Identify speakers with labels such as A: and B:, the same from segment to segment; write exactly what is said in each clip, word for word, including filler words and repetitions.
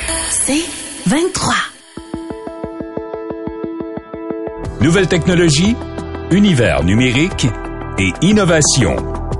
A: C'est vingt-trois.
B: Nouvelles technologies, univers numérique et innovation.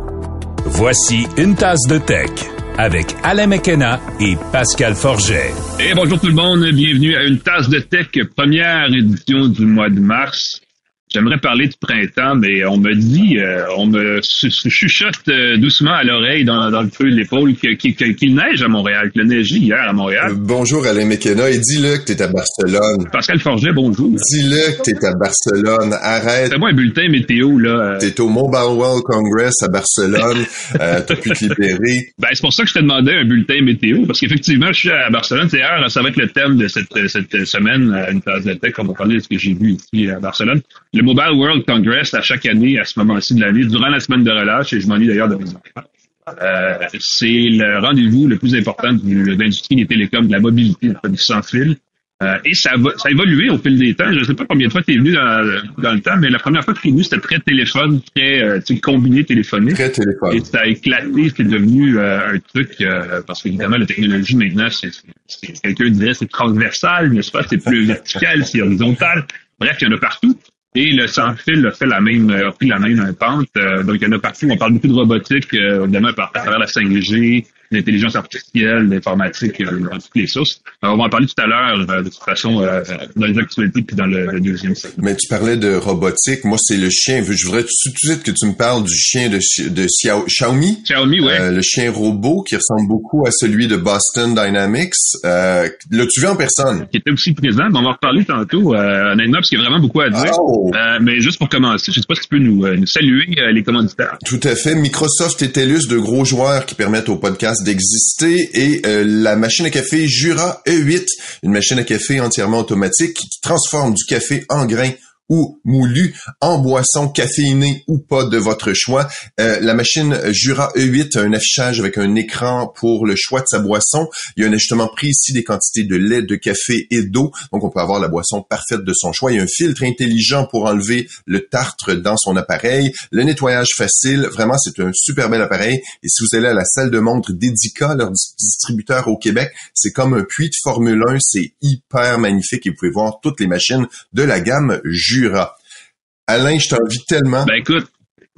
B: Voici une tasse de tech avec Alain McKenna et Pascal Forget.
C: Et bonjour tout le monde, bienvenue à une tasse de tech, première édition du mois de mars. J'aimerais parler du printemps, mais on me dit, euh, on me chuchote euh, doucement à l'oreille dans, dans le creux de l'épaule qu'il qu, qu, qu neige à Montréal, qu'il a neigé hier à Montréal.
D: Euh, bonjour Alain McKenna, et dis-le que t'es à Barcelone.
C: Pascal Forget, bonjour.
D: Dis-le que t'es à Barcelone, arrête.
C: Fais-moi un bulletin météo, là. Euh...
D: T'es au Mobile World Congress à Barcelone, euh, t'as pu te libérer.
C: Ben, c'est pour ça que je te demandais un bulletin météo, parce qu'effectivement, je suis à Barcelone. C'est hier, ça va être le thème de cette, cette semaine, une tasse de tech, on va parler de ce que j'ai vu ici à Barcelone. Le Mobile World Congress, à chaque année, à ce moment-ci de l'année, durant la semaine de relâche, et je m'ennuie d'ailleurs de mes enfants, euh, c'est le rendez-vous le plus important de l'industrie des télécoms, de la mobilité, du sans-fil. Euh, et ça va, ça a évolué au fil des temps. Je ne sais pas combien de fois tu es venu dans, dans le temps, mais la première fois que tu es venu, c'était très téléphone, très euh, tu sais, combiné téléphonique.
D: Très téléphone.
C: Et ça a éclaté, c'est devenu euh, un truc, euh, parce qu'évidemment, la technologie maintenant, c'est, c'est, c'est quelqu'un dirait, c'est transversal, n'est-ce pas? C'est plus vertical, c'est horizontal. Bref, il y en a partout. Et le sans-fil a fait la même, a pris la même pente. Euh, donc, il y en a partout. On parle beaucoup de robotique, euh, évidemment, à travers la cinq G, l'intelligence artificielle, l'informatique, euh, dans toutes les sources. Alors, on va en parler tout à l'heure, euh, de toute façon, euh, dans les actualités puis dans le, le deuxième segment.
D: Mais tu parlais de robotique. Moi, c'est le chien. Je voudrais tout de suite que tu me parles du chien de, de Xiaomi.
C: Xiaomi, oui.
D: Euh, le chien robot qui ressemble beaucoup à celui de Boston Dynamics. Euh, l'as-tu vu en personne?
C: Qui était aussi présent. On va en reparler tantôt, euh, honnêtement, parce qu'il y a vraiment beaucoup à dire.
D: Oh.
C: Euh, mais juste pour commencer, je sais pas si tu peux nous, euh, nous saluer euh, les commanditaires.
D: Tout à fait. Microsoft et TELUS, de gros joueurs qui permettent au podcast d'exister, et euh, la machine à café Jura E huit, une machine à café entièrement automatique qui transforme du café en grains ou moulu en boisson caféinée ou pas de votre choix. Euh, la machine Jura E huit a un affichage avec un écran pour le choix de sa boisson. Il y a un ajustement précis des quantités de lait, de café et d'eau. Donc, on peut avoir la boisson parfaite de son choix. Il y a un filtre intelligent pour enlever le tartre dans son appareil. Le nettoyage facile. Vraiment, c'est un super bel appareil. Et si vous allez à la salle de montre d'Edica, leur distributeur au Québec, c'est comme un puits de Formule un. C'est hyper magnifique et vous pouvez voir toutes les machines de la gamme Jura. Jura. Alain, je t'invite tellement.
C: Ben écoute,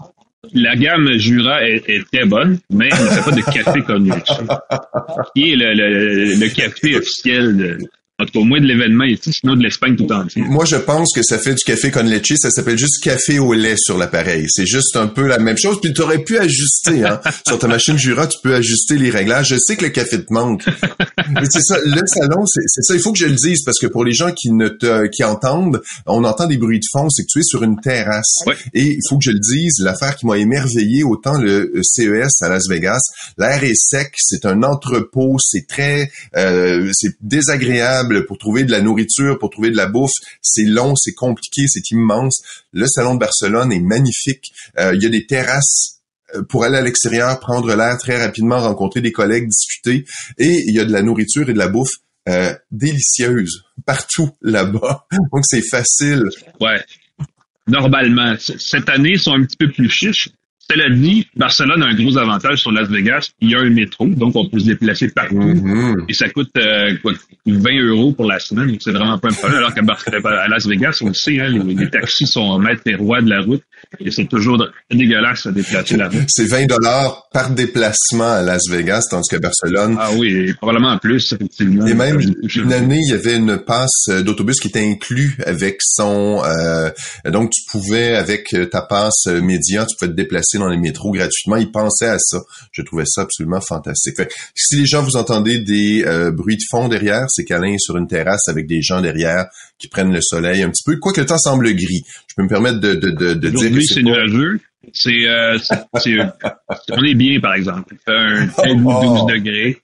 C: la gamme Jura est, est très bonne, mais elle ne fait pas de café comme lui. Qui est le, le, le café officiel de, en tout cas au moins de l'événement ici, sinon de l'Espagne tout entière.
D: Moi, je pense que ça fait du café con leche. Ça s'appelle juste café au lait sur l'appareil. C'est juste un peu la même chose. Puis tu aurais pu ajuster, hein. Sur ta machine Jura, tu peux ajuster les réglages. Je sais que le café te manque. Mais c'est ça, le salon, c'est, c'est ça. Il faut que je le dise parce que pour les gens qui ne te, qui entendent, on entend des bruits de fond. C'est que tu es sur une terrasse.
C: Ouais.
D: Et il faut que je le dise, l'affaire qui m'a émerveillé, autant le C E S à Las Vegas, l'air est sec, c'est un entrepôt, c'est très, euh, c'est désagréable pour trouver de la nourriture, pour trouver de la bouffe. C'est long, c'est compliqué, c'est immense. Le salon de Barcelone est magnifique. Euh, il y a des terrasses pour aller à l'extérieur, prendre l'air très rapidement, rencontrer des collègues, discuter. Et il y a de la nourriture et de la bouffe euh, délicieuse partout là-bas. Donc, c'est facile.
C: Ouais. Normalement. Cette année, ils sont un petit peu plus chiches. Cela dit, Barcelone a un gros avantage sur Las Vegas. Il y a un métro, donc on peut se déplacer partout. Mm-hmm. Et ça coûte euh, quoi, vingt euros pour la semaine, donc c'est vraiment pas un problème. Alors qu'à à Las Vegas, on le sait, hein, les, les taxis sont maîtres et rois de la route. Et c'est toujours dégueulasse à déplacer là-bas.
D: C'est vingt dollars par déplacement à Las Vegas, tandis qu'à Barcelone...
C: Ah oui, probablement en plus, effectivement.
D: Et même, une année, il y avait une passe d'autobus qui était inclus avec son... Euh, donc, tu pouvais, avec ta passe média, tu pouvais te déplacer dans les métros gratuitement. Ils pensaient à ça. Je trouvais ça absolument fantastique. Fait, si les gens, vous entendez des euh, bruits de fond derrière, c'est qu'Alain est sur une terrasse avec des gens derrière qui prennent le soleil un petit peu. Quoique le temps semble gris. Je peux me permettre de, de, de, de dire que c'est,
C: c'est pas... nuageux. C'est, euh, c'est, c'est, on est bien, par exemple. Il fait un très doux douze degrés.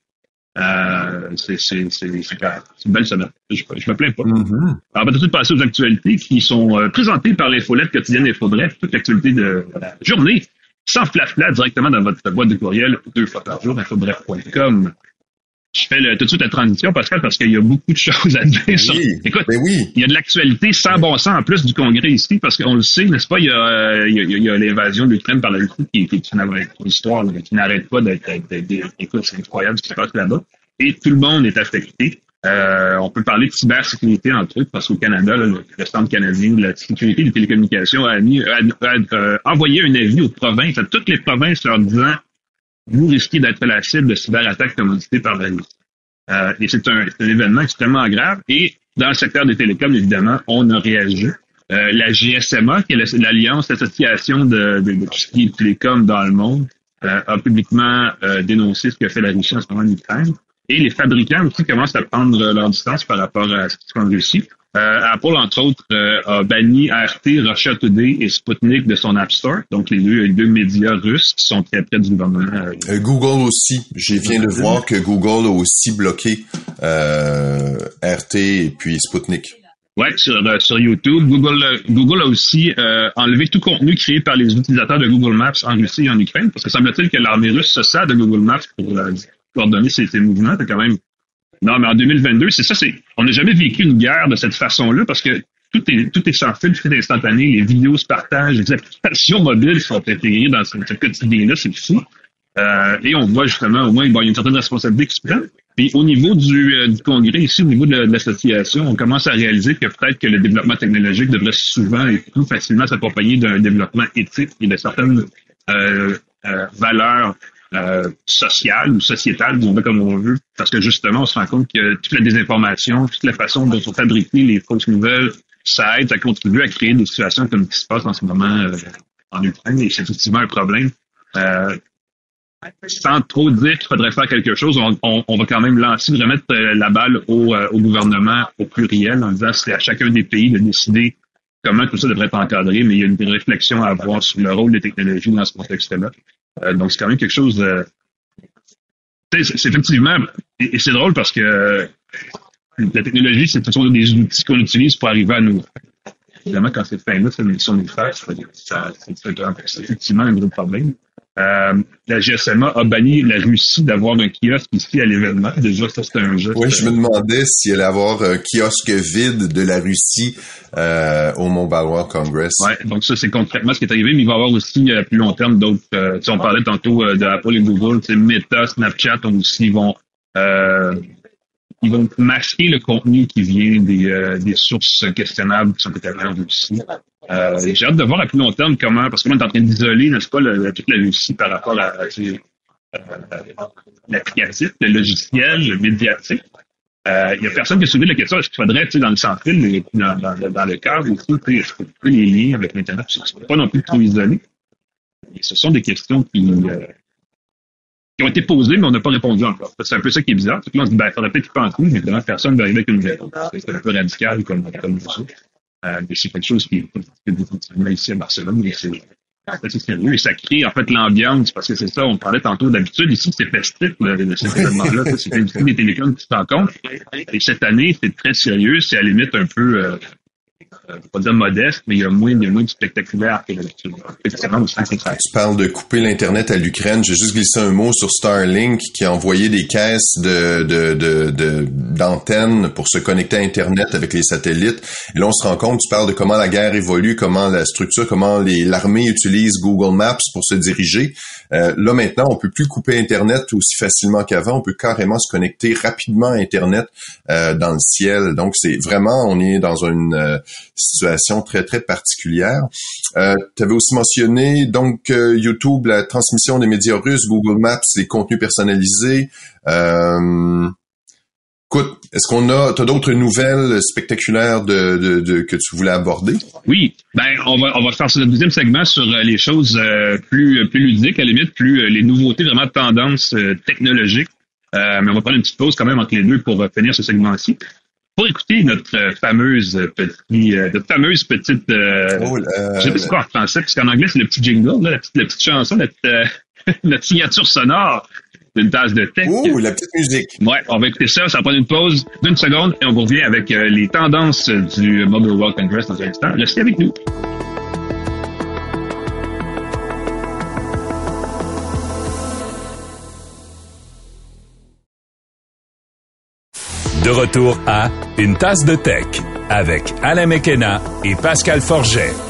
C: Euh, c'est, c'est, c'est, c'est, c'est une belle semaine. Je, je me plains pas. Mm-hmm. Alors, on va tout de suite passer aux actualités qui sont euh, présentées par l'infolette quotidienne InfoBref, toute l'actualité de la journée, sans flafla, directement dans votre boîte de courriel, deux fois par jour, infobref point com. Je fais le, tout de suite la transition, Pascal, parce qu'il y a beaucoup de choses à dire.
D: Oui,
C: sur... Écoute,
D: ben oui.
C: Il y a de l'actualité sans bon sens en plus du Congrès ici, parce qu'on le sait, n'est-ce pas, il y a, euh, il y a, il y a l'invasion de l'Ukraine par la Russie qui, qui est une, une histoire là, qui n'arrête pas d'être, d'être, d'être, d'être... Écoute, c'est incroyable ce qui se passe là-bas. Et tout le monde est affecté. Euh, on peut parler de cybersécurité, entre autres, parce qu'au Canada, là, le, le Centre canadien de la sécurité des télécommunications a, mis, a, a, a, a envoyé un avis aux provinces, à toutes les provinces, leur disant « Vous risquez d'être la cible de cyberattaques commanditées par la Russie. Euh, » Et c'est un, c'est un événement extrêmement grave. Et dans le secteur des télécoms, évidemment, on a réagi. Euh, la G S M A, qui est l'Alliance, l'association de, de, de tout ce qui est télécom dans le monde, euh, a publiquement euh, dénoncé ce que fait la Russie en ce moment en Ukraine. Et les fabricants aussi commencent à prendre leur distance par rapport à ce qui se fait en Russie. Euh, Apple, entre autres, euh, a banni R T, Russia Today et Sputnik de son App Store, donc les deux, les deux médias russes qui sont très près du gouvernement.
D: Euh, Google aussi. Je viens de voir que Google a aussi bloqué euh, R T et puis Sputnik.
C: Ouais, sur, euh, sur YouTube. Google, euh, Google a aussi euh, enlevé tout contenu créé par les utilisateurs de Google Maps en Russie et en Ukraine, parce que semble-t-il que l'armée russe se sert de Google Maps pour euh, coordonner ses, ses mouvements. C'est quand même... Non, mais en deux mille vingt-deux, c'est ça, c'est... On n'a jamais vécu une guerre de cette façon-là, parce que tout est tout est sans fil, tout est instantané, les vidéos se partagent, les applications mobiles sont intégrées dans ce, ce quotidien-là, c'est fou. Euh, et on voit justement, au moins, bon, il y a une certaine responsabilité qui se prend. Puis au niveau du, euh, du Congrès, ici, au niveau de, la, de l'association, on commence à réaliser que peut-être que le développement technologique devrait souvent et plus facilement s'accompagner d'un développement éthique et de certaines euh, euh, valeurs euh, sociales ou sociétales, disons comme on veut, parce que justement, on se rend compte que toute la désinformation, toute la façon dont sont fabriquées les fausses nouvelles, ça aide à contribuer à créer des situations comme ce qui se passe en ce moment euh, en Ukraine, et c'est effectivement un problème. Euh, Sans trop dire qu'il faudrait faire quelque chose, on, on, on va quand même lancer, remettre euh, la balle au, euh, au gouvernement au pluriel en disant que c'est à chacun des pays de décider comment tout ça devrait être encadré, mais il y a une réflexion à avoir sur le rôle des technologies dans ce contexte-là. Euh, donc c'est quand même quelque chose de... C'est, c'est effectivement... Et, et c'est drôle parce que euh, la technologie, c'est ce sont des outils qu'on utilise pour arriver à nous... Évidemment, quand c'est fin là, c'est une mission néfaste, ça, c'est, c'est, c'est effectivement un gros problème. Euh, la G S M A a banni la Russie d'avoir un kiosque ici à l'événement. Déjà, ça, c'est un jeu.
D: Oui, je me demandais s'il allait avoir un kiosque vide de la Russie euh, au Mobile World Congress.
C: Ouais, donc ça, c'est concrètement ce qui est arrivé, mais il va y avoir aussi à plus long terme d'autres... Euh, on parlait tantôt euh, de Apple et Google, Meta, Snapchat ont aussi vont... Euh, ils vont masquer le contenu qui vient des, euh, des sources questionnables qui sont établies en Russie. Euh, j'ai hâte de voir à plus long terme comment, parce que là, on est en train d'isoler, n'est-ce pas, le, toute la Russie par rapport à, à, à euh, l'applicatif, le logiciel, le médiatique. Il euh, y a personne qui a soulevé la question, est-ce qu'il faudrait, tu sais, dans le sans-fil, dans, dans, dans le cadre aussi, tu sais, est-ce qu'on peut les liens avec l'Internet, c'est pas non plus trop isolé. Et ce sont des questions qui, euh, qui ont été posées, mais on n'a pas répondu encore. C'est un peu ça qui est bizarre. C'est que là, on se dit, ben, il faudrait peut-être y penser, mais évidemment, personne ne va arriver avec une réponse. C'est un peu radical comme, comme ça. Euh, mais c'est quelque chose qui est définitivement ici à Barcelone, mais c'est assez sérieux. Et ça crée, en fait, l'ambiance, parce que c'est ça, on parlait tantôt d'habitude, ici, c'est festif, là, cet événement-là. C'est l'industrie des télécoms qui se rencontrent. Et cette année, c'est très sérieux. C'est à la limite un peu, euh, euh, pas dire modeste, mais il y a moins, il y a moins de spectaculaire que d'habitude.
D: Tu parles de couper l'Internet à l'Ukraine. J'ai juste glissé un mot sur Starlink qui a envoyé des caisses de, de, de, de, d'antennes pour se connecter à Internet avec les satellites. Et là, on se rend compte, tu parles de comment la guerre évolue, comment la structure, comment les, l'armée utilise Google Maps pour se diriger. Euh, là, maintenant, on peut plus couper Internet aussi facilement qu'avant. On peut carrément se connecter rapidement à Internet euh, dans le ciel. Donc, c'est vraiment, on est dans une euh, situation très, très particulière. Euh, tu avais aussi mentionné, donc, euh, YouTube, la transmission des médias russes, Google Maps, les contenus personnalisés. Euh, écoute, est-ce qu'on a, t'as d'autres nouvelles spectaculaires de, de, de que tu voulais aborder?
C: Oui, ben, on va, on va faire ce deuxième segment sur euh, les choses euh, plus, plus ludiques, à la limite, plus euh, les nouveautés vraiment de tendance euh, technologique. Euh, mais on va prendre une petite pause quand même entre les deux pour euh, finir ce segment-ci. Pour écouter notre euh, fameuse petite, euh, notre fameuse petite, euh, oh, euh, je sais pas c'est quoi en français, parce qu'en anglais c'est le petit jingle, là, la petite, la petite chanson, notre, euh, notre signature sonore d'une tasse de tech.
D: Oh, la petite musique.
C: Ouais, on va écouter ça, ça va prendre une pause d'une seconde et on vous revient avec euh, les tendances du Mobile World Congress dans un instant. Restez avec nous.
B: De retour à Une tasse de tech avec Alain Mekena et Pascal Forget.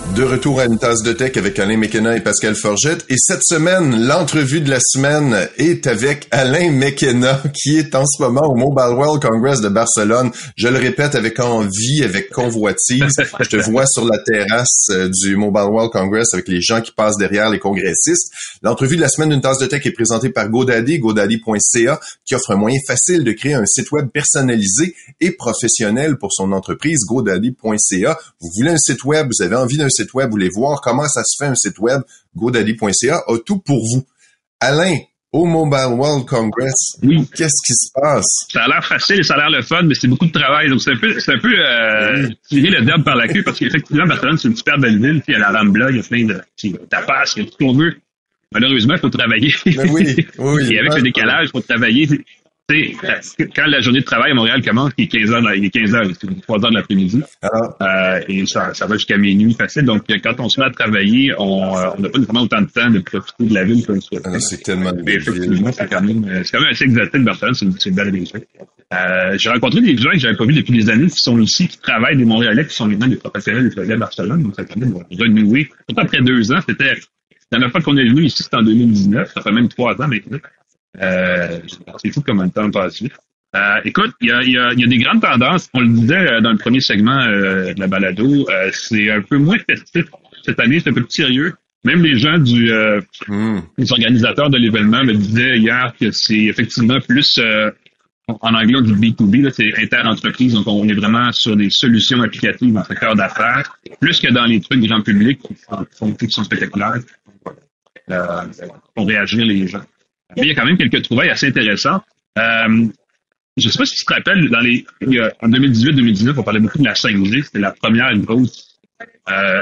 D: De retour à une tasse de tech avec Alain McKenna et Pascal Forgette. Et cette semaine, l'entrevue de la semaine est avec Alain McKenna, qui est en ce moment au Mobile World Congress de Barcelone. Je le répète, avec envie, avec convoitise. Je te vois sur la terrasse du Mobile World Congress avec les gens qui passent derrière les congressistes. L'entrevue de la semaine d'une tasse de tech est présentée par GoDaddy, godaddy point c a, qui offre un moyen facile de créer un site web personnalisé et professionnel pour son entreprise, godaddy point c a. Vous voulez un site web, vous avez envie d'un site web, vous voulez voir comment ça se fait un site web, godaddy point c a a tout pour vous. Alain, au Mobile World Congress,
C: oui.
D: Qu'est-ce qui se passe?
C: Ça a l'air facile et ça a l'air le fun, mais c'est beaucoup de travail. Donc, c'est un peu, c'est un peu euh, oui. tirer le diable par la queue parce qu'effectivement, Barcelone, c'est une super belle ville. Puis, il y a la Rambla, il y a plein de tapas, il y a tout ce qu'on veut. Malheureusement, il faut travailler.
D: Mais oui, oui,
C: et avec ouais, le décalage, il faut travailler. Tu sais, quand la journée de travail à Montréal commence, il est quinze heures, il est quinze heures, c'est trois heures de l'après-midi. Euh, et ça, ça va jusqu'à minuit facile. Donc, quand on se met à travailler, on euh, n'a pas nécessairement autant de temps de profiter de la ville qu'on souhaite.
D: Ah, c'est tellement
C: Mais effectivement, c'est quand même, c'est quand même assez exotique, Barcelone, c'est une, c'est une belle région. Euh, j'ai rencontré des gens que j'avais pas vus depuis des années qui sont ici, qui travaillent, des Montréalais, qui sont maintenant des professionnels des projets à Barcelone. Donc, ça permet de renouer. Surtout après deux ans, c'était, la dernière fois qu'on est venu ici, c'était en deux mille dix-neuf. Ça fait même trois ans maintenant. Euh, c'est fou combien de temps passe vite. Euh, écoute, il y a, y, a, y a des grandes tendances. On le disait euh, dans le premier segment euh, de la balado, euh, c'est un peu moins festif cette année, c'est un peu plus sérieux. Même les gens du, euh, mm. les organisateurs de l'événement me disaient hier que c'est effectivement plus, euh, en anglais on dit B deux B, là, c'est inter-entreprise, donc on est vraiment sur des solutions applicatives dans le secteur d'affaires, plus que dans les trucs grand public qui sont, qui sont spectaculaires, euh, pour réagir les gens. Mais il y a quand même quelques trouvailles assez intéressantes. Euh, je ne sais pas si tu te rappelles, dans les, il y a, en deux mille dix-huit deux mille dix-neuf, on parlait beaucoup de la cinq G. C'était la première grosse euh,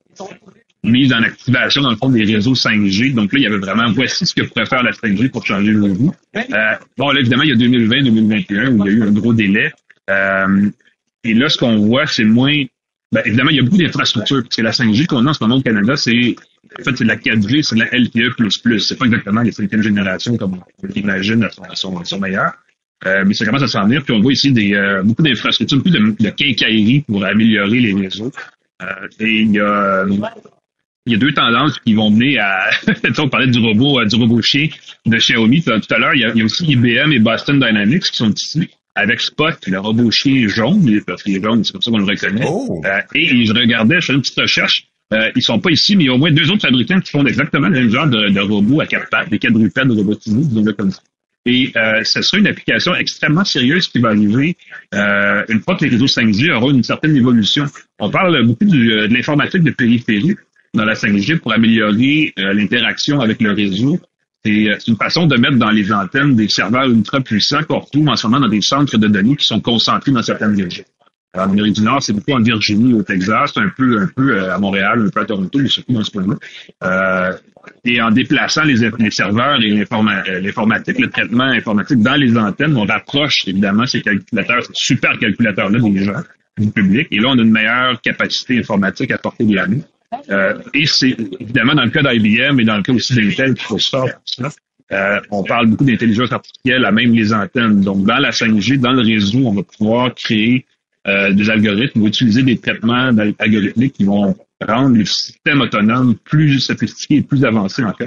C: mise en activation, dans le fond, des réseaux cinq G. Donc là, il y avait vraiment, voici ce que pourrait faire la cinq G pour changer le vie. Euh, bon, là, évidemment, il y a deux mille vingt deux mille vingt et un où il y a eu un gros délai. Euh, et là, ce qu'on voit, c'est moins... Ben, évidemment, il y a beaucoup d'infrastructures, parce que la cinq G qu'on a en ce moment au Canada, c'est en fait, c'est de la quatre G, c'est de la L T E plus plus. C'est pas exactement les cinquième génération comme on l'imagine, elles sont, sont, sont meilleures. Euh, mais ça commence à s'en venir. Puis on voit ici des euh, beaucoup d'infrastructures, beaucoup de, de quincailleries pour améliorer les réseaux. Euh, et il y a il y a deux tendances qui vont mener à... on parlait du robot du robot chien de Xiaomi tout à l'heure. Il y a, il y a aussi I B M et Boston Dynamics qui sont ici. Avec Spot, le robot chien jaune, parce qu'il est jaune, c'est comme ça qu'on le reconnaît. Oh. Euh, et je regardais, je faisais une petite recherche. Euh, ils sont pas ici, mais il y a au moins deux autres fabricants qui font exactement le même genre de, de robots à quatre pattes, des quadrupèdes robotisés, disons-le comme ça. Et euh, ce sera une application extrêmement sérieuse qui va arriver euh, une fois que les réseaux cinq G auront une certaine évolution. On parle beaucoup du, de l'informatique de périphérie dans la cinq G pour améliorer euh, l'interaction avec le réseau. C'est, c'est une façon de mettre dans les antennes des serveurs ultra puissants qu'on retrouve en ce moment dans des centres de données qui sont concentrés dans certaines régions. En Amérique du Nord, c'est beaucoup en Virginie, au Texas, un peu, un peu à Montréal, un peu à Toronto, mais surtout dans ce point-là. Euh, et en déplaçant les, les serveurs et l'informa, l'informatique, le traitement informatique dans les antennes, on rapproche évidemment ces calculateurs, ces super calculateurs-là des gens, du public. Et là, on a une meilleure capacité informatique à portée de la main. Euh, et c'est évidemment dans le cas d'I B M et dans le cas aussi d'Intel qui faut se faire tout ça. Euh, on parle beaucoup d'intelligence artificielle à même les antennes. Donc, dans la cinq G, dans le réseau, on va pouvoir créer euh, des algorithmes, on va utiliser des traitements algorithmiques qui vont rendre les systèmes autonomes plus sophistiqués et plus avancés encore.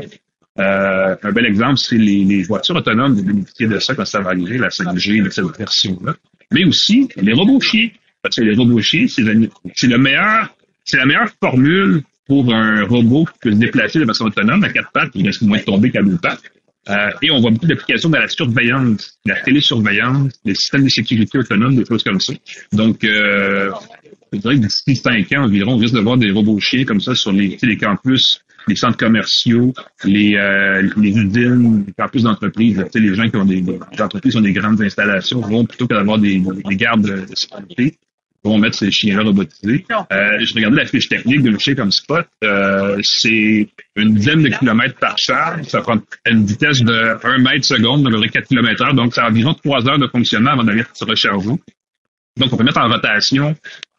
C: Euh, un bel exemple, c'est les, les voitures autonomes, de bénéficier de ça quand ça va arriver, la cinq G, de cette version-là. Mais aussi, les robots chiens. Parce que les robots chiens, c'est le, c'est le meilleur, c'est la meilleure formule pour un robot qui peut se déplacer de façon autonome à quatre pattes, il risque moins de tomber qu'à deux pattes. Euh, et on voit beaucoup d'applications dans la surveillance, la télésurveillance, les systèmes de sécurité autonomes, des choses comme ça. Donc, euh, je dirais que d'ici cinq ans environ, on risque de voir des robots chiens comme ça sur les, les campus, les centres commerciaux, les, euh, les usines, les campus d'entreprises. Les gens qui ont des, des entreprises qui ont des grandes installations vont, plutôt que d'avoir des, des gardes de, de sécurité, vont mettre ces chiens-là robotisés. Euh, je regardais la fiche technique d'un chien comme Spot. Euh, c'est une dizaine de kilomètres par charge. Ça prend une vitesse de un mètre seconde, à peu près quatre kilomètres heure. Donc, c'est environ trois heures de fonctionnement avant d'aller se recharger. Donc, on peut mettre en rotation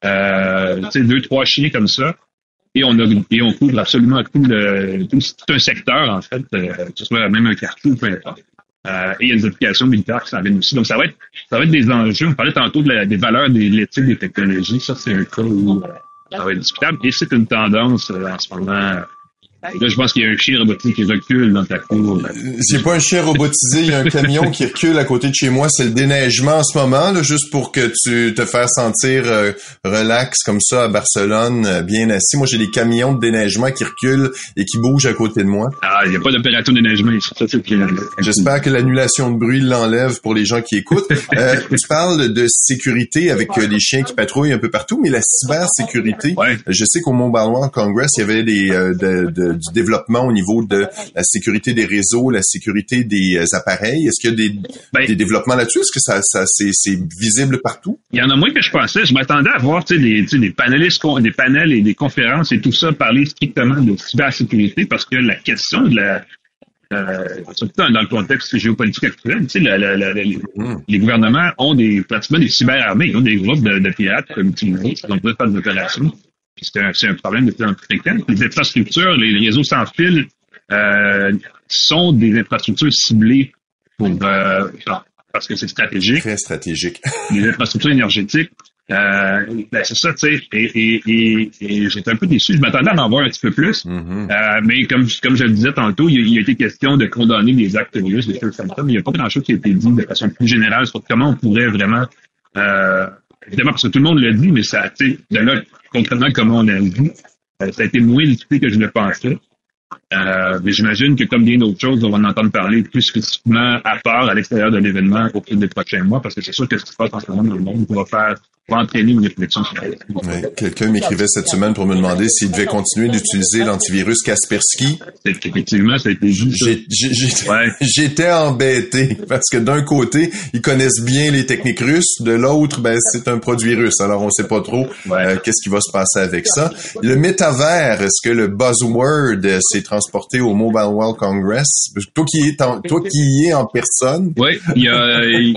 C: euh, deux, trois chiens comme ça. Et on a, et on couvre absolument tout le, tout, tout un secteur, en fait, euh, que ce soit même un quartier ou peu importe. Euh, et il y a des applications militaires qui s'en viennent aussi. Donc, ça va être, ça va être des enjeux. On parlait tantôt de la, des valeurs des l'éthique des technologies. Ça, c'est un cas où, ça va être discutable. Et c'est une tendance euh, en ce moment. Là, je pense qu'il y a un chien robotisé qui recule dans ta cour.
D: C'est pas un chien robotisé, il y a un camion qui recule à côté de chez moi. C'est le déneigement en ce moment, là, juste pour que tu te fasses sentir euh, relax comme ça à Barcelone, euh, bien assis. Moi, j'ai des camions de déneigement qui reculent et qui bougent à côté de moi.
C: Ah, il n'y a pas d'opérateur de déneigement ici. Ça, c'est bien.
D: J'espère que l'annulation de bruit l'enlève pour les gens qui écoutent. Euh, tu parles de sécurité avec euh, les chiens qui patrouillent un peu partout, mais la cybersécurité,
C: ouais.
D: Je sais qu'au Mobile World Congress, il y avait des euh, de, de du développement au niveau de la sécurité des réseaux, la sécurité des euh, appareils. Est-ce qu'il y a des, ben, des développements là-dessus? Est-ce que ça, ça c'est, c'est visible partout?
C: Il y en a moins que je pensais. Je m'attendais à voir tu sais, des, tu sais, des panélistes, des panels et des conférences et tout ça parler strictement de cybersécurité parce que la question de la euh, surtout dans le contexte géopolitique actuel, tu sais, la, la, la, la, mmh. les gouvernements ont des pratiquement des cyberarmées, ils ont des groupes de, de pirates comme utilisés, qui ont besoin de faire des opérations. Puis c'est un, c'est un problème de plus en plus fréquent. Les infrastructures, les, les réseaux sans fil euh, sont des infrastructures ciblées pour euh, parce que c'est stratégique.
D: Très stratégique.
C: Les infrastructures énergétiques, euh, ben c'est ça, tu sais. Et, et, et, et j'étais un peu déçu. Je m'attendais à en voir un petit peu plus. Mm-hmm. Euh, mais comme, comme je le disais tantôt, il, il a été question de condamner des actes russes, des choses comme ça, mais il n'y a pas grand-chose qui a été dit de façon plus générale sur comment on pourrait vraiment... Euh, évidemment, parce que tout le monde le dit, mais ça, tu sais, de là, concrètement, comment on a vu, euh, ça a été moins discuté que je le pensais. Euh, mais j'imagine que comme bien d'autres choses, on va en entendre parler plus spécifiquement à part à l'extérieur de l'événement au cours des prochains mois, parce que c'est sûr que ce qui se passe en ce moment dans le monde va faire, va entraîner une réflexion sur ça.
D: Oui. Quelqu'un m'écrivait cette semaine pour me demander s'il devait continuer d'utiliser l'antivirus Kaspersky.
C: C'est, effectivement, ça a été juste.
D: J'ai, j'ai, j'ai,
C: ouais.
D: J'étais embêté parce que d'un côté, ils connaissent bien les techniques russes, de l'autre, ben c'est un produit russe. Alors on sait pas trop ouais. euh, qu'est-ce qui va se passer avec ça. Le métavers, est-ce que le buzzword euh, s'est transporté au Mobile World Congress? Toi qui es en, toi qui y es en personne.
C: Oui, il y a. Il...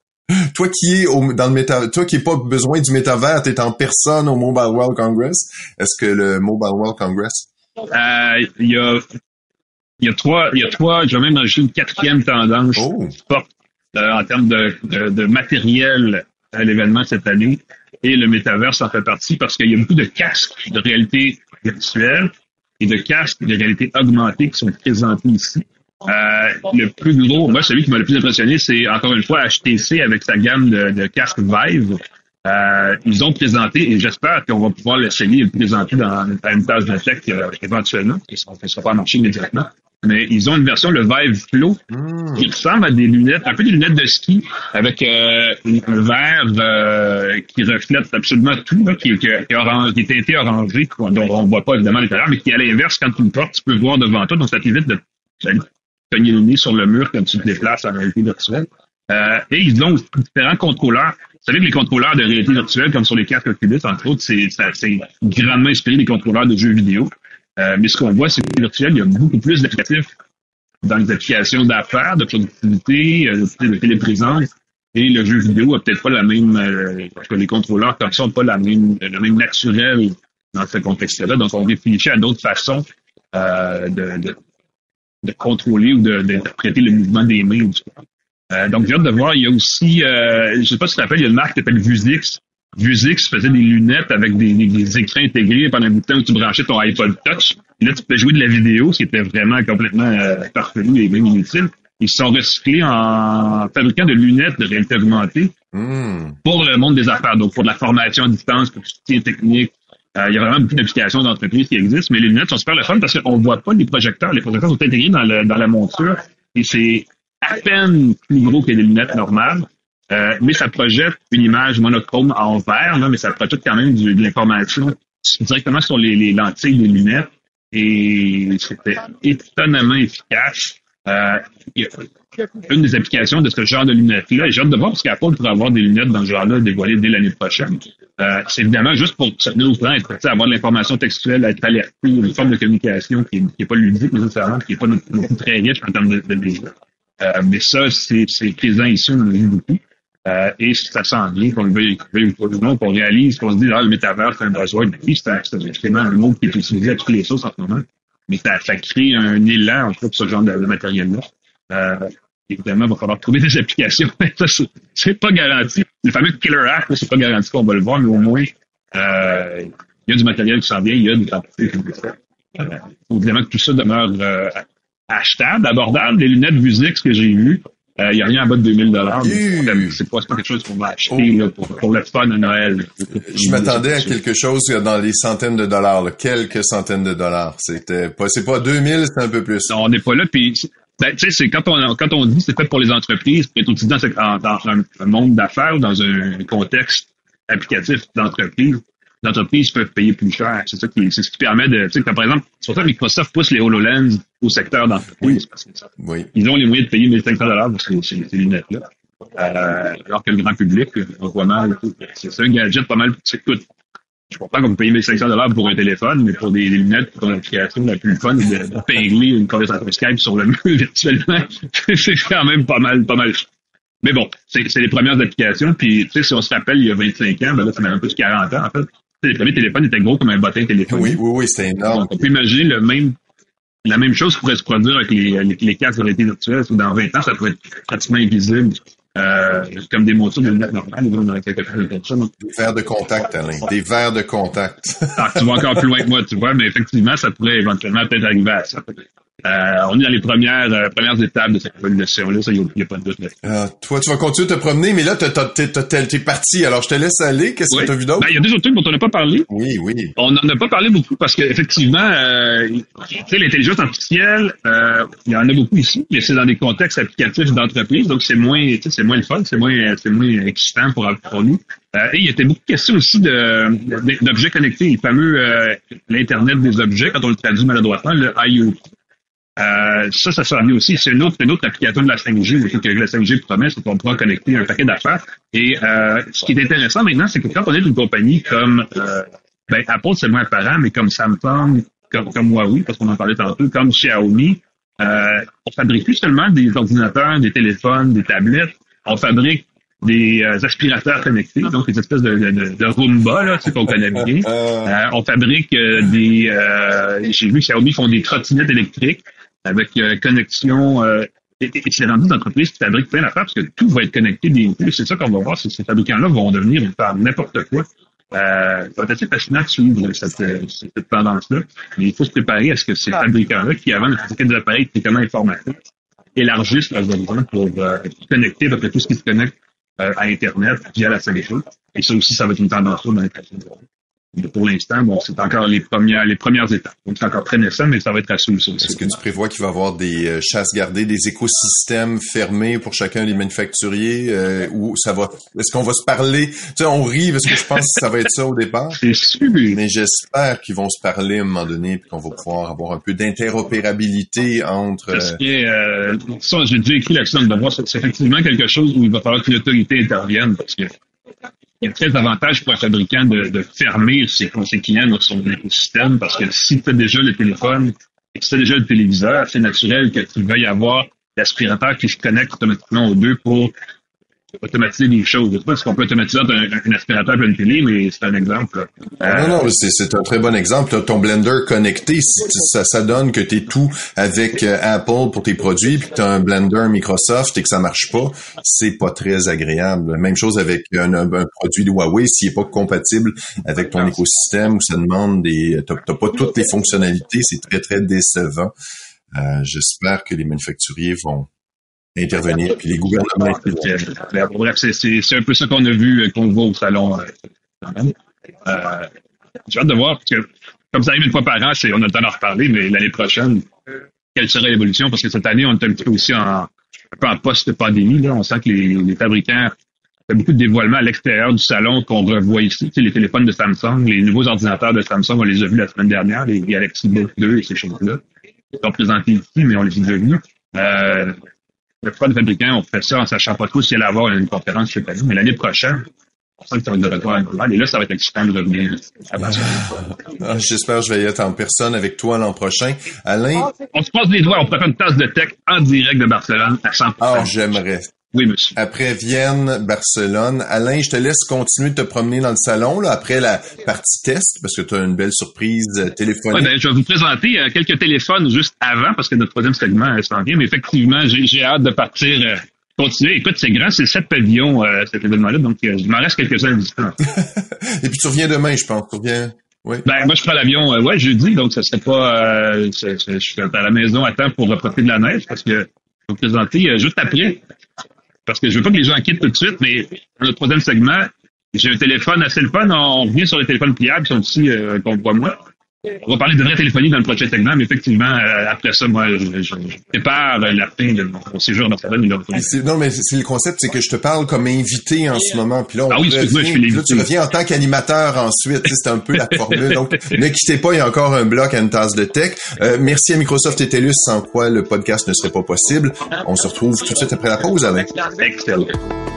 D: Toi qui es au, dans le méta, toi qui n'as pas besoin du métavers, t'es en personne au Mobile World Congress. Est-ce que le Mobile World Congress?
C: Euh, il y a, il y a trois, il y a trois, je vais même ajouter une quatrième tendance
D: oh.
C: forte euh, en termes de, de, de matériel à l'événement cette année. Et le métavers en fait partie parce qu'il y a beaucoup de casques de réalité virtuelle et de casques de réalité augmentée qui sont présentés ici. Euh, le plus gros, moi, celui qui m'a le plus impressionné, c'est encore une fois H T C avec sa gamme de, de casques Vive. Euh, ils ont présenté, et j'espère qu'on va pouvoir l'essayer et le présenter dans, dans une tâche de tech euh, éventuellement, parce qu'on ne fera pas marcher immédiatement. Mais ils ont une version, le Vive Flow, mmh. qui ressemble à des lunettes, un peu des lunettes de ski, avec euh, un verre euh, qui reflète absolument tout, là, qui, qui, qui, orange, qui est teinté orangé, dont on ne voit pas évidemment à l'intérieur, mais qui à l'inverse, quand tu le portes, tu peux voir devant toi, donc ça t'évite de cogner le nez sur le mur quand tu te déplaces en réalité virtuelle. Euh, et ils ont différents contrôleurs. Vous savez que les contrôleurs de réalité virtuelle, comme sur les casques Oculus, entre autres, c'est, c'est, c'est grandement inspiré des contrôleurs de jeux vidéo. Euh, mais ce qu'on voit, c'est que virtuel, il y a beaucoup plus d'applicatifs dans les applications d'affaires, de productivité, euh, de téléprésence. Et le jeu vidéo a peut-être pas la même, euh, parce que les contrôleurs comme ça n'ont pas la même, le même naturel dans ce contexte-là. Donc, on réfléchit à d'autres façons euh, de, de de contrôler ou de, d'interpréter le mouvement des mains. Euh, donc, j'ai hâte de voir. Il y a aussi, euh, je sais pas si tu te rappelles, il y a une marque qui s'appelle Vuzix. Vuzix faisait des lunettes avec des, des, des écrans intégrés pendant un bout de temps où tu branchais ton iPod Touch. Et là, tu peux jouer de la vidéo, ce qui était vraiment complètement euh, farfelu et même inutile. Ils se sont recyclés en fabricant de lunettes de réalité augmentée mmh. pour le monde des affaires. Donc, pour de la formation à distance, pour le soutien technique. Euh, il y a vraiment beaucoup d'applications d'entreprises qui existent, mais les lunettes sont super le fun parce qu'on voit pas les projecteurs. Les projecteurs sont intégrés dans, le, dans la monture et c'est à peine plus gros que les lunettes normales, euh, mais ça projette une image monochrome en vert, là, mais ça projette quand même du, de l'information directement sur les, les lentilles des lunettes et c'était étonnamment efficace. Euh, il y a une des applications de ce genre de lunettes-là, et j'ai hâte de voir parce qu'Apple pourrait avoir des lunettes dans ce genre-là dévoilées dès l'année prochaine. Euh, c'est évidemment juste pour se tenir au courant, être, avoir de l'information textuelle, être alerté, une forme de communication qui n'est qui est pas ludique nécessairement, qui n'est pas non plus très riche en termes de, de dégâts. Euh, mais ça, c'est, c'est présent ici, on en a vu beaucoup. Euh, et ça sent bien qu'on le veuille ou non, qu'on réalise, qu'on se dit, ah, le métavers, c'est un buzzword. Oui, c'est, c'est justement un mot qui est utilisé à toutes les sauces en ce moment. Mais ça, ça crée un élan, en tout cas, pour ce genre de, de matériel-là. Euh, évidemment, il va falloir trouver des applications. Ça, c'est, c'est pas garanti. Le fameux killer app, là, c'est pas garanti qu'on va le voir, mais au moins, euh, il y a du matériel qui s'en vient, il y a des quantités qui s'en viennent. Euh, faut évidemment que tout ça demeure euh, achetable, abordable. Les lunettes Vuzix que j'ai vues, il euh, n'y a rien en bas de deux mille dollars.
D: Mmh.
C: C'est pas, c'est pas quelque chose qu'on va acheter oh. là, pour, pour le fun de Noël.
D: Je m'attendais à quelque chose dans les centaines de dollars, là. Quelques centaines de dollars. C'était pas, c'est pas deux mille, c'est un peu plus.
C: Non, on n'est pas là. Puis, ben, tu sais, c'est quand on quand on dit c'est fait pour les entreprises, puis être utilisé dans, dans un, un monde d'affaires ou dans un contexte applicatif d'entreprise. Les entreprises peuvent payer plus cher. C'est ça qui, c'est ce qui permet de, tu sais, par exemple, c'est pour ça que Microsoft pousse les HoloLens au secteur d'entreprise. Parce que ça,
D: oui.
C: Ils ont les moyens de payer mille cinq cents dollars pour ces, ces, ces lunettes-là. Euh, alors que le grand public, on voit mal. C'est, c'est un gadget pas mal, c'est coûte. Je comprends qu'on peut payer mille cinq cents dollars pour un téléphone, mais pour des, des lunettes, pour l'application la plus fun, de, de pingler une conversation Skype sur le mur virtuellement, c'est quand même pas mal, pas mal. Mais bon, c'est, c'est les premières applications. Puis, tu sais, si on se rappelle, il y a vingt-cinq ans, ben là, ça fait un peu de quarante ans, en fait. Les premiers téléphones étaient gros comme un bottin téléphonique.
D: Oui, oui, oui, c'était énorme.
C: Donc, on peut imaginer le même, la même chose pourrait se produire avec les, les, les casques de réalité virtuelle. Dans vingt ans, ça pourrait être pratiquement invisible. Euh, comme des motos de lunettes normales. Dans quelques cas,
D: des verres de contact, Alain. Des verres de contact.
C: Ah, tu vas encore plus loin que moi, tu vois, mais effectivement, ça pourrait éventuellement peut-être arriver à ça. Euh, on est dans les premières euh, premières étapes de cette évolution-là, ça, il n'y a, a pas de doute là.
D: Euh, toi, tu vas continuer de te promener, mais là, t'as, t'as, t'es, t'es, t'es parti, alors je te laisse aller. Qu'est-ce oui. que tu as vu d'autre?
C: Ben, il y a deux autres trucs dont on n'a pas parlé.
D: Oui, oui.
C: On n'en a pas parlé beaucoup parce qu'effectivement, euh, tu sais, l'intelligence artificielle, euh, il y en a beaucoup ici, mais c'est dans des contextes applicatifs d'entreprise, donc c'est moins, tu sais, c'est moins le fun, c'est moins, c'est moins excitant pour, pour nous. Euh, et il y était beaucoup de questions aussi de, de d'objets connectés, le fameux euh, l'Internet des objets, quand on le traduit maladroitement, le I O T. Euh, ça, ça s'en vient aussi. C'est une autre, une autre application de la cinq G. Ce que la cinq G promet, c'est qu'on pourra connecter un paquet d'affaires. Et euh, ce qui est intéressant maintenant, c'est que quand on est une compagnie comme euh, ben, Apple, c'est moins apparent, mais comme Samsung, comme, comme Huawei, parce qu'on en parlait tantôt, comme Xiaomi, euh, on fabrique plus seulement des ordinateurs, des téléphones, des tablettes. On fabrique des euh, aspirateurs connectés, donc des espèces de, de, de Roomba, là, tu sais, qu'on connaît bien. Euh, on fabrique euh, des... Euh, j'ai vu que Xiaomi font des trottinettes électriques avec euh, connexion... Euh, et, et c'est rendu des entreprises qui fabriquent plein d'affaires parce que tout va être connecté. Des, c'est ça qu'on va voir, c'est que ces fabricants-là vont devenir faire n'importe quoi. Euh, ça va être assez fascinant de suivre cette, cette, cette tendance-là. Mais il faut se préparer à ce que ces fabricants-là, qui avant ne fabriquaient des appareils strictement informatiques, élargissent leurs horizons pour euh, connecter à peu près tout ce qui se connecte euh, à Internet via la cinq G. Et ça aussi, ça va être une tendance dans les prochaines années. Pour l'instant, bon, c'est encore les premières, les premières étapes. Donc, c'est encore très naissant, mais ça va être à suivre.
D: Est-ce que tu prévois qu'il va y avoir des euh, chasses gardées, des écosystèmes fermés pour chacun des manufacturiers, euh, ou ça va, est-ce qu'on va se parler? Tu sais, on rit parce que je pense que ça va être ça au départ.
C: C'est sûr.
D: Mais j'espère qu'ils vont se parler à un moment donné puis qu'on va pouvoir avoir un peu d'interopérabilité entre...
C: Parce que, euh, ça, j'ai déjà écrit là-dessus dans le devoir, c'est, c'est effectivement quelque chose où il va falloir qu'une autorité intervienne parce que il y a très avantage pour un fabricant de, de fermer ses, ses clients dans son écosystème parce que si tu as déjà le téléphone et que tu as déjà le téléviseur, c'est naturel que tu veuilles avoir l'aspirateur qui se connecte automatiquement aux deux pour automatiser des choses. Je sais pas si on peut automatiser un, un aspirateur et une télé, mais c'est un exemple.
D: Euh, non, non, c'est, c'est un très bon exemple. Ton blender connecté, ça, ça donne que t'es tout avec euh, Apple pour tes produits, puis que t'as un blender Microsoft et que ça marche pas, c'est pas très agréable. Même chose avec un, un, un produit de Huawei, s'il est pas compatible avec ton écosystème, où ça demande des... T'as, t'as pas toutes les fonctionnalités, c'est très, très décevant. Euh, j'espère que les manufacturiers vont intervenir, puis les gouvernements.
C: Bref, c'est, c'est, c'est un peu ça qu'on a vu, qu'on voit au salon. Euh, j'ai hâte de voir, parce que comme ça arrive une fois par an, c'est, on a le temps d'en reparler, mais l'année prochaine, quelle serait l'évolution? Parce que cette année, on est un petit peu aussi en, un peu en post-pandémie. Là. On sent que les, les fabricants font beaucoup de dévoilements à l'extérieur du salon qu'on revoit ici. Tu sais, les téléphones de Samsung, les nouveaux ordinateurs de Samsung, on les a vus la semaine dernière, les Galaxy Book deux et ces choses-là. Ils sont présentés ici, mais on les a déjà vus. Euh, La plupart des fabricants ont fait ça en sachant pas trop s'il allait avoir une conférence cette année, mais l'année prochaine, on sent que ça va être de retour à la normale, et là, ça va être excitant de revenir à Barcelone.
D: Ah, j'espère que je vais y être en personne avec toi l'an prochain. Alain?
C: On se passe les doigts, on pourrait faire une tasse de tech en direct de Barcelone à cent pour cent.
D: Ah, j'aimerais.
C: Oui, monsieur.
D: Après Vienne, Barcelone. Alain, je te laisse continuer de te promener dans le salon, là, après la partie test, parce que tu as une belle surprise téléphonique.
C: Oui, ben, je vais vous présenter euh, quelques téléphones juste avant, parce que notre troisième segment euh, s'en vient, mais effectivement, j'ai, j'ai hâte de partir, euh, continuer. Écoute, c'est grand, c'est sept pavillons, euh, cet événement-là, donc euh, il m'en reste quelques-uns à visiter.
D: Et puis tu reviens demain, je pense. Tu reviens... Oui.
C: Ben, moi, je prends l'avion, euh, ouais, jeudi, donc ça serait pas, euh, c'est, c'est, je suis à la maison à temps pour profiter de la neige parce que je vais vous présenter euh, juste après. Parce que je veux pas que les gens quittent tout de suite, mais dans le troisième segment, j'ai un téléphone assez le fun. On revient sur les téléphones pliables qui sont ici, euh, qu'on voit moi. On va parler de vraie téléphonie dans le prochain segment, mais effectivement, euh, après ça, moi, je, je, je prépare la fin de mon séjour dans Barcelone.
D: Non, mais c'est le concept, c'est que je te parle comme invité en ce moment. Puis là, on
C: ah oui, excuse-moi, je suis
D: l'invité. Là, tu reviens en tant qu'animateur ensuite. C'est un peu la formule. Donc, ne quittez pas, il y a encore un bloc à une tasse de tech. Euh, merci à Microsoft et TELUS, sans quoi le podcast ne serait pas possible. On se retrouve tout de suite après la pause, Alain.
C: Excellent.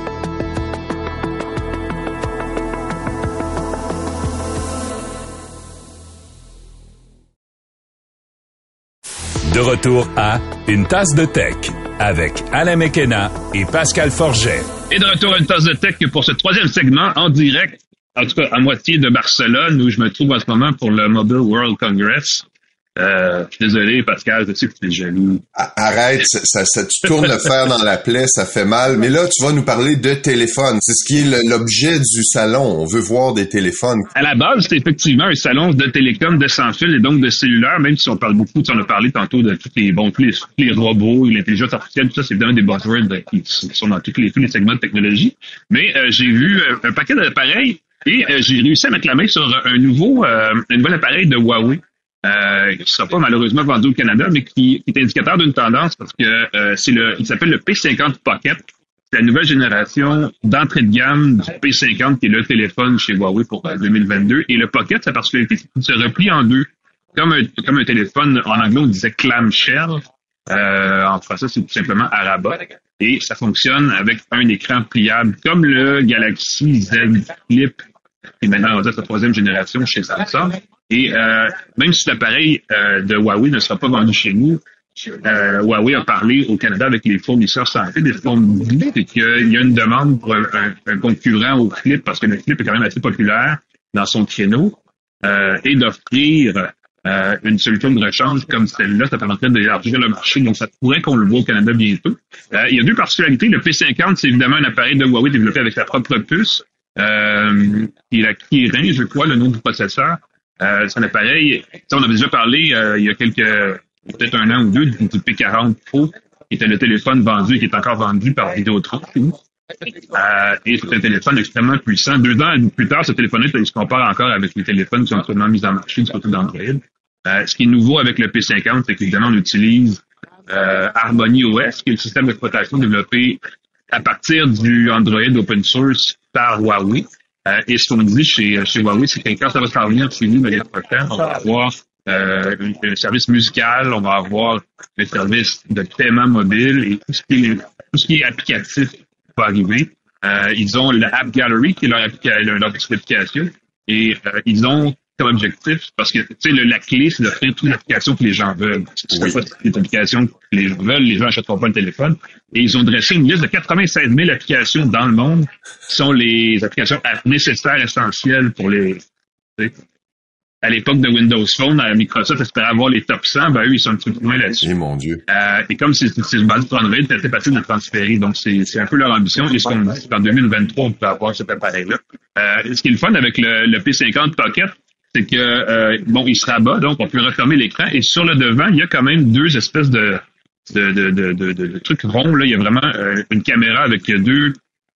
B: De retour à Une tasse de tech avec Alain McKenna et Pascal Forget.
C: Et de retour à Une tasse de tech pour ce troisième segment en direct, en tout cas à moitié de Barcelone, où je me trouve en ce moment pour le Mobile World Congress. Euh, je suis désolé, Pascal, je sais que tu es jaloux.
D: Arrête, ça, ça, ça, tu tournes le fer dans la plaie, ça fait mal. Mais là, tu vas nous parler de téléphone. C'est ce qui est l'objet du salon. On veut voir des téléphones.
C: À la base, c'est effectivement un salon de télécom, de sans fil et donc de cellulaire, même si on parle beaucoup, on a parlé tantôt de tous les, bon, tous les, tous les robots, l'intelligence artificielle, tout ça, c'est évidemment des buzzwords qui, qui sont dans tous les, tous les segments de technologie. Mais euh, j'ai vu euh, un paquet d'appareils et euh, j'ai réussi à mettre la main sur un nouveau, euh, un nouvel appareil de Huawei. Euh, qui ne sera pas malheureusement vendu au Canada, mais qui, qui est indicateur d'une tendance parce que euh, c'est le, il s'appelle le P cinquante Pocket. C'est la nouvelle génération d'entrée de gamme du P cinquante qui est le téléphone chez Huawei pour deux mille vingt-deux. Et le Pocket, sa particularité, c'est qu'il se replie en deux. Comme un, comme un téléphone, en anglais, on disait clamshell. Euh, en français, c'est tout simplement Arabat. Et ça fonctionne avec un écran pliable, comme le Galaxy Z Flip, qui est maintenant on va dire, sa troisième génération chez Samsung. Et euh, même si l'appareil euh, de Huawei ne sera pas vendu chez nous, euh, Huawei a parlé au Canada avec les fournisseurs santé des fournisseurs et qu'il y a une demande pour un, un, un concurrent au Flip, parce que le Flip est quand même assez populaire dans son créneau, euh, et d'offrir euh, une solution de rechange comme celle-là, ça permettrait d'élargir le marché, donc ça pourrait qu'on le voit au Canada bientôt. Euh, il y a deux particularités. Le P cinquante, c'est évidemment un appareil de Huawei développé avec sa propre puce, euh, qui est la Kirin, je crois, le nom du processeur. Euh, c'est un appareil, on avait déjà parlé euh, il y a quelques, peut-être un an ou deux, du, du P quarante Pro, qui était le téléphone vendu et qui est encore vendu par Vidéotron. Euh, et c'est un téléphone extrêmement puissant. Deux ans plus tard, ce téléphone-là, il se compare encore avec les téléphones qui sont actuellement mis en marché du côté d'Android. Euh, ce qui est nouveau avec le P cinquante, c'est qu'évidemment, on utilise euh, Harmony O S, qui est le système d'exploitation développé à partir du Android open source par Huawei. Euh, et ce qu'on dit chez, chez Huawei, c'est que quand ça va se parvenir chez nous l'année prochaine, on va avoir euh, un, un service musical, on va avoir un service de paiement mobile et tout ce qui est, tout ce qui est applicatif va arriver. Euh, ils ont l'App Gallery, qui est leur, applica- leur petite application, et euh, ils ont comme objectif, parce que tu sais, la clé, c'est d'offrir toutes les applications que les gens veulent. Si tu ne fais pas toutes les applications que les gens veulent, les gens n'achèteront pas un téléphone. Et ils ont dressé une liste de quatre-vingt-seize mille applications dans le monde qui sont les applications nécessaires, essentielles pour les... Tu sais, à l'époque de Windows Phone, Microsoft espérait avoir les top cent, ben eux, ils sont un petit peu loin là-dessus.
D: Eh mon Dieu.
C: Euh, et comme c'est, c'est basé sur Android, c'est assez facile de transférer. Donc, c'est, c'est un peu leur ambition. Et ce qu'on dit, c'est qu'en deux mille vingt-trois, on peut avoir cet appareil-là. Euh, ce qui est le fun avec le, le P cinquante Pocket, c'est que, euh, bon, il se rabat, donc on peut refermer l'écran. Et sur le devant, il y a quand même deux espèces de, de, de, de, de, de, de trucs ronds. Là. Il y a vraiment euh, une caméra avec deux,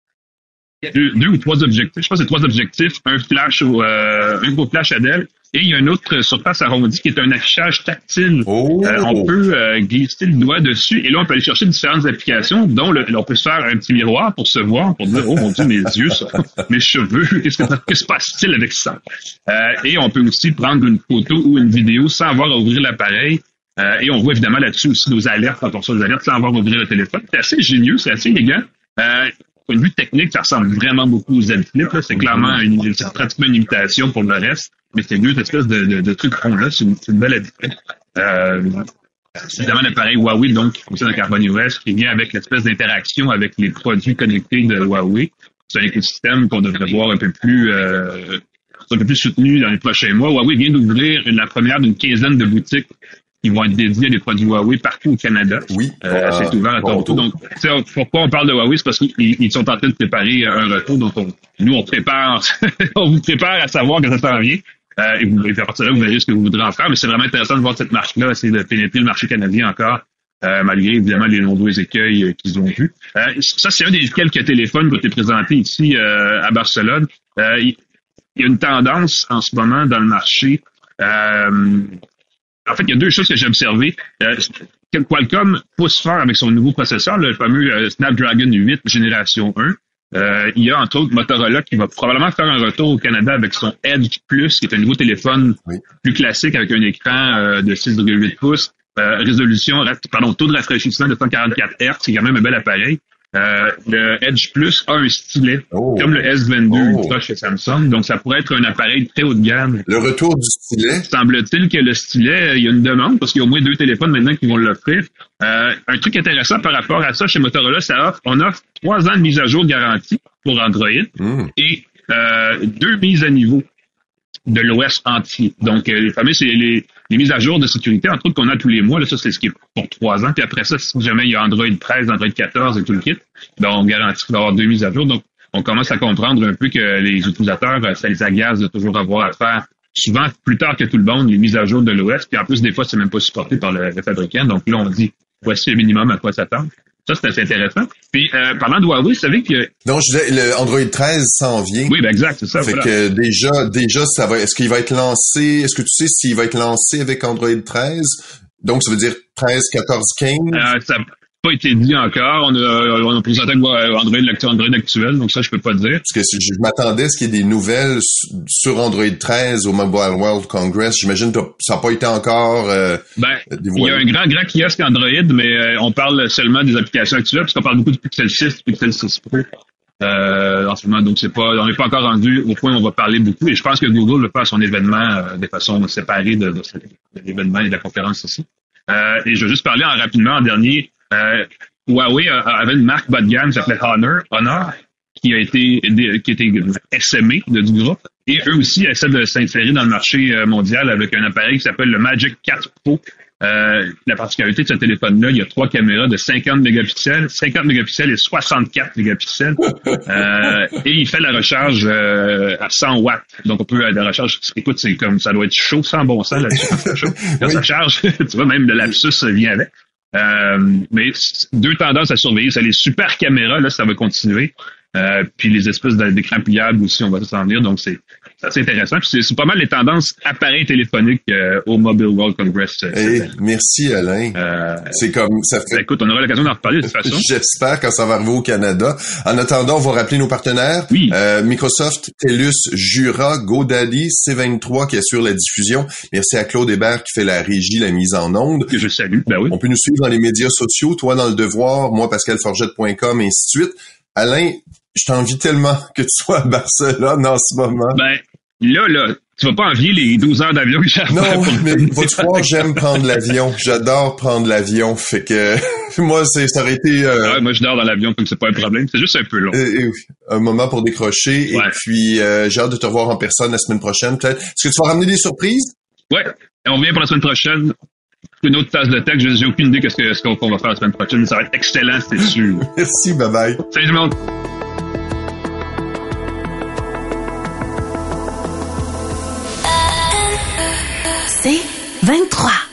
C: deux, deux ou trois objectifs. Je pense que c'est trois objectifs. Un flash, au, euh, un gros flash à Dell. Et il y a une autre surface arrondie qui est un affichage tactile.
D: Oh.
C: Euh, on peut euh, glisser le doigt dessus et là, on peut aller chercher différentes applications, dont le, on peut se faire un petit miroir pour se voir, pour dire, oh mon Dieu, mes yeux, ça, mes cheveux, qu'est-ce que, qu'est-ce qui se passe-t-il avec ça? Euh, et on peut aussi prendre une photo ou une vidéo sans avoir à ouvrir l'appareil. Euh, et on voit évidemment là-dessus aussi nos alertes, quand on reçoit des alertes sans avoir à ouvrir le téléphone. C'est assez ingénieux, c'est assez élégant. Euh, Point de vue technique, ça ressemble vraiment beaucoup aux Z Flip. Là. C'est clairement une, c'est pratiquement une imitation pour le reste, mais c'est deux espèces de, de, de trucs ronds-là. C'est une, c'est une belle addition. Euh, c'est évidemment l'appareil Huawei, donc, qui fonctionne avec Harmony O S, qui vient avec l'espèce d'interaction avec les produits connectés de Huawei. C'est un écosystème qu'on devrait voir un peu plus euh, un peu plus soutenu dans les prochains mois. Huawei vient d'ouvrir la première d'une quinzaine de boutiques qui vont être dédiés à des produits Huawei partout au Canada.
D: Oui.
C: Euh, euh, c'est ouvert à Toronto. Donc, pourquoi on parle de Huawei? C'est parce qu'ils ils sont en train de préparer un retour. Donc, on, nous, on prépare, on vous prépare à savoir que ça s'en vient. Euh, et, vous, et à partir de là, vous verrez ce que vous voudrez en faire. Mais c'est vraiment intéressant de voir cette marque-là, essayer de pénétrer le marché canadien encore, euh, malgré évidemment les nombreux écueils euh, qu'ils ont vus. Euh, ça, c'est un des quelques téléphones qui ont été présentés ici euh, à Barcelone. Euh, il y a une tendance en ce moment dans le marché. Euh, en fait, il y a deux choses que j'ai observées. Euh, Qualcomm pousse fort avec son nouveau processeur, le fameux euh, Snapdragon huit génération un. Euh, il y a entre autres Motorola qui va probablement faire un retour au Canada avec son Edge Plus, qui est un nouveau téléphone oui. plus classique avec un écran euh, de six virgule huit pouces, euh, résolution, pardon, taux de rafraîchissement de cent quarante-quatre hertz, c'est quand même un bel appareil. Euh, le Edge Plus a un stylet, oh. comme le S vingt-deux oh. Ultra chez Samsung, donc ça pourrait être un appareil très haut de gamme.
D: Le retour du stylet?
C: Semble-t-il que le stylet, il y a une demande, parce qu'il y a au moins deux téléphones maintenant qui vont l'offrir. Euh, un truc intéressant par rapport à ça, chez Motorola, ça offre, on offre trois ans de mise à jour de garantie pour Android mm. et euh, deux mises à niveau de l'O S entier. Donc, euh, les fameux, c'est les, les mises à jour de sécurité, entre autres, qu'on a tous les mois. Là, ça, c'est ce qui est pour trois ans. Puis après ça, si jamais il y a Android treize, Android quatorze et tout le kit, ben, on garantit qu'il va y avoir deux mises à jour. Donc, on commence à comprendre un peu que les utilisateurs, ça les agace de toujours avoir à faire, souvent plus tard que tout le monde, les mises à jour de l'O S. Puis en plus, des fois, c'est même pas supporté par le, le fabricant. Donc là, on dit, voici le minimum à quoi s'attendre. Ça, c'est assez intéressant. Puis, euh, parlant de Huawei, vous savez que...
D: Donc, je disais, le Android treize s'en vient.
C: Oui, ben exact, c'est ça.
D: Fait
C: voilà.
D: que déjà, déjà, ça va... Est-ce qu'il va être lancé... Est-ce que tu sais s'il va être lancé avec Android treize? Donc, ça veut dire treize, quatorze, quinze?
C: Euh, ça n'a pas été dit encore. On a, on a présenté Android, Android actuel, donc ça, je peux pas dire.
D: Parce que je m'attendais à ce qu'il y ait des nouvelles sur Android treize au Mobile World Congress. J'imagine que ça n'a pas été encore euh,
C: ben, dévoilé. Il y a un grand, grand kiosque Android, mais euh, on parle seulement des applications actuelles, parce qu'on parle beaucoup du Pixel six, du Pixel six Pro. Euh, en ce moment, donc c'est pas, on n'est pas encore rendu au point où on va parler beaucoup, et je pense que Google va faire son événement euh, de façon séparée de, de, de l'événement et de la conférence ici. Euh, et je vais juste parler en, rapidement en dernier. Euh, Huawei avait une marque bas de gamme qui s'appelait Honor, Honor, qui a été qui a été essémée de, du groupe. Et eux aussi essaient de s'insérer dans le marché mondial avec un appareil qui s'appelle le Magic quatre Pro. Euh, la particularité de ce téléphone-là, il y a trois caméras de cinquante mégapixels, cinquante mégapixels et soixante-quatre mégapixels. Euh, et il fait la recharge euh, à cent watts. Donc on peut la recharge, écoute, c'est comme ça doit être chaud, sans bon sens là-dessus. Chaud. Quand oui. ça charge, tu vois, même le lapsus vient avec. Euh, mais deux tendances à surveiller, c'est les super caméras, là, ça va continuer. Euh, puis les espèces d'écrans pliables aussi, on va s'en venir. Donc c'est assez intéressant. Puis c'est, c'est pas mal les tendances appareils téléphoniques euh, au Mobile World Congress. Euh,
D: hey, merci Alain. Euh, c'est comme ça fait.
C: Ben, écoute, on aura l'occasion d'en reparler de toute façon.
D: J'espère quand ça va arriver au Canada. En attendant, on va rappeler nos partenaires.
C: Oui.
D: Euh, Microsoft, TELUS, Jura, GoDaddy, C vingt-trois qui assure la diffusion. Merci à Claude Hébert qui fait la régie, la mise en onde.
C: Que je salue. Ben oui.
D: On peut nous suivre dans les médias sociaux. Toi dans le Devoir, moi pascal forgette point com et ainsi de suite. Alain, je t'envie tellement que tu sois à Barcelone en ce moment.
C: Ben, là, là, tu vas pas envier les douze heures d'avion que j'ai à faire.
D: Non, mais vas-tu croire que j'aime prendre l'avion. J'adore prendre l'avion. Fait que, moi, c'est, ça aurait été, euh...
C: ouais, moi, je dors dans l'avion, donc c'est pas un problème. C'est juste un peu long.
D: Euh, euh, un moment pour décrocher. Ouais. Et puis, euh, j'ai hâte de te revoir en personne la semaine prochaine, peut-être. Est-ce que tu vas ramener des surprises?
C: Ouais. On revient pour la semaine prochaine. Une autre tasse de tech. J'ai aucune idée de ce, que, ce qu'on va faire la semaine prochaine, mais ça va être excellent, c'est sûr.
D: Merci, bye bye.
C: Salut tout le monde.
A: C'est vingt-trois.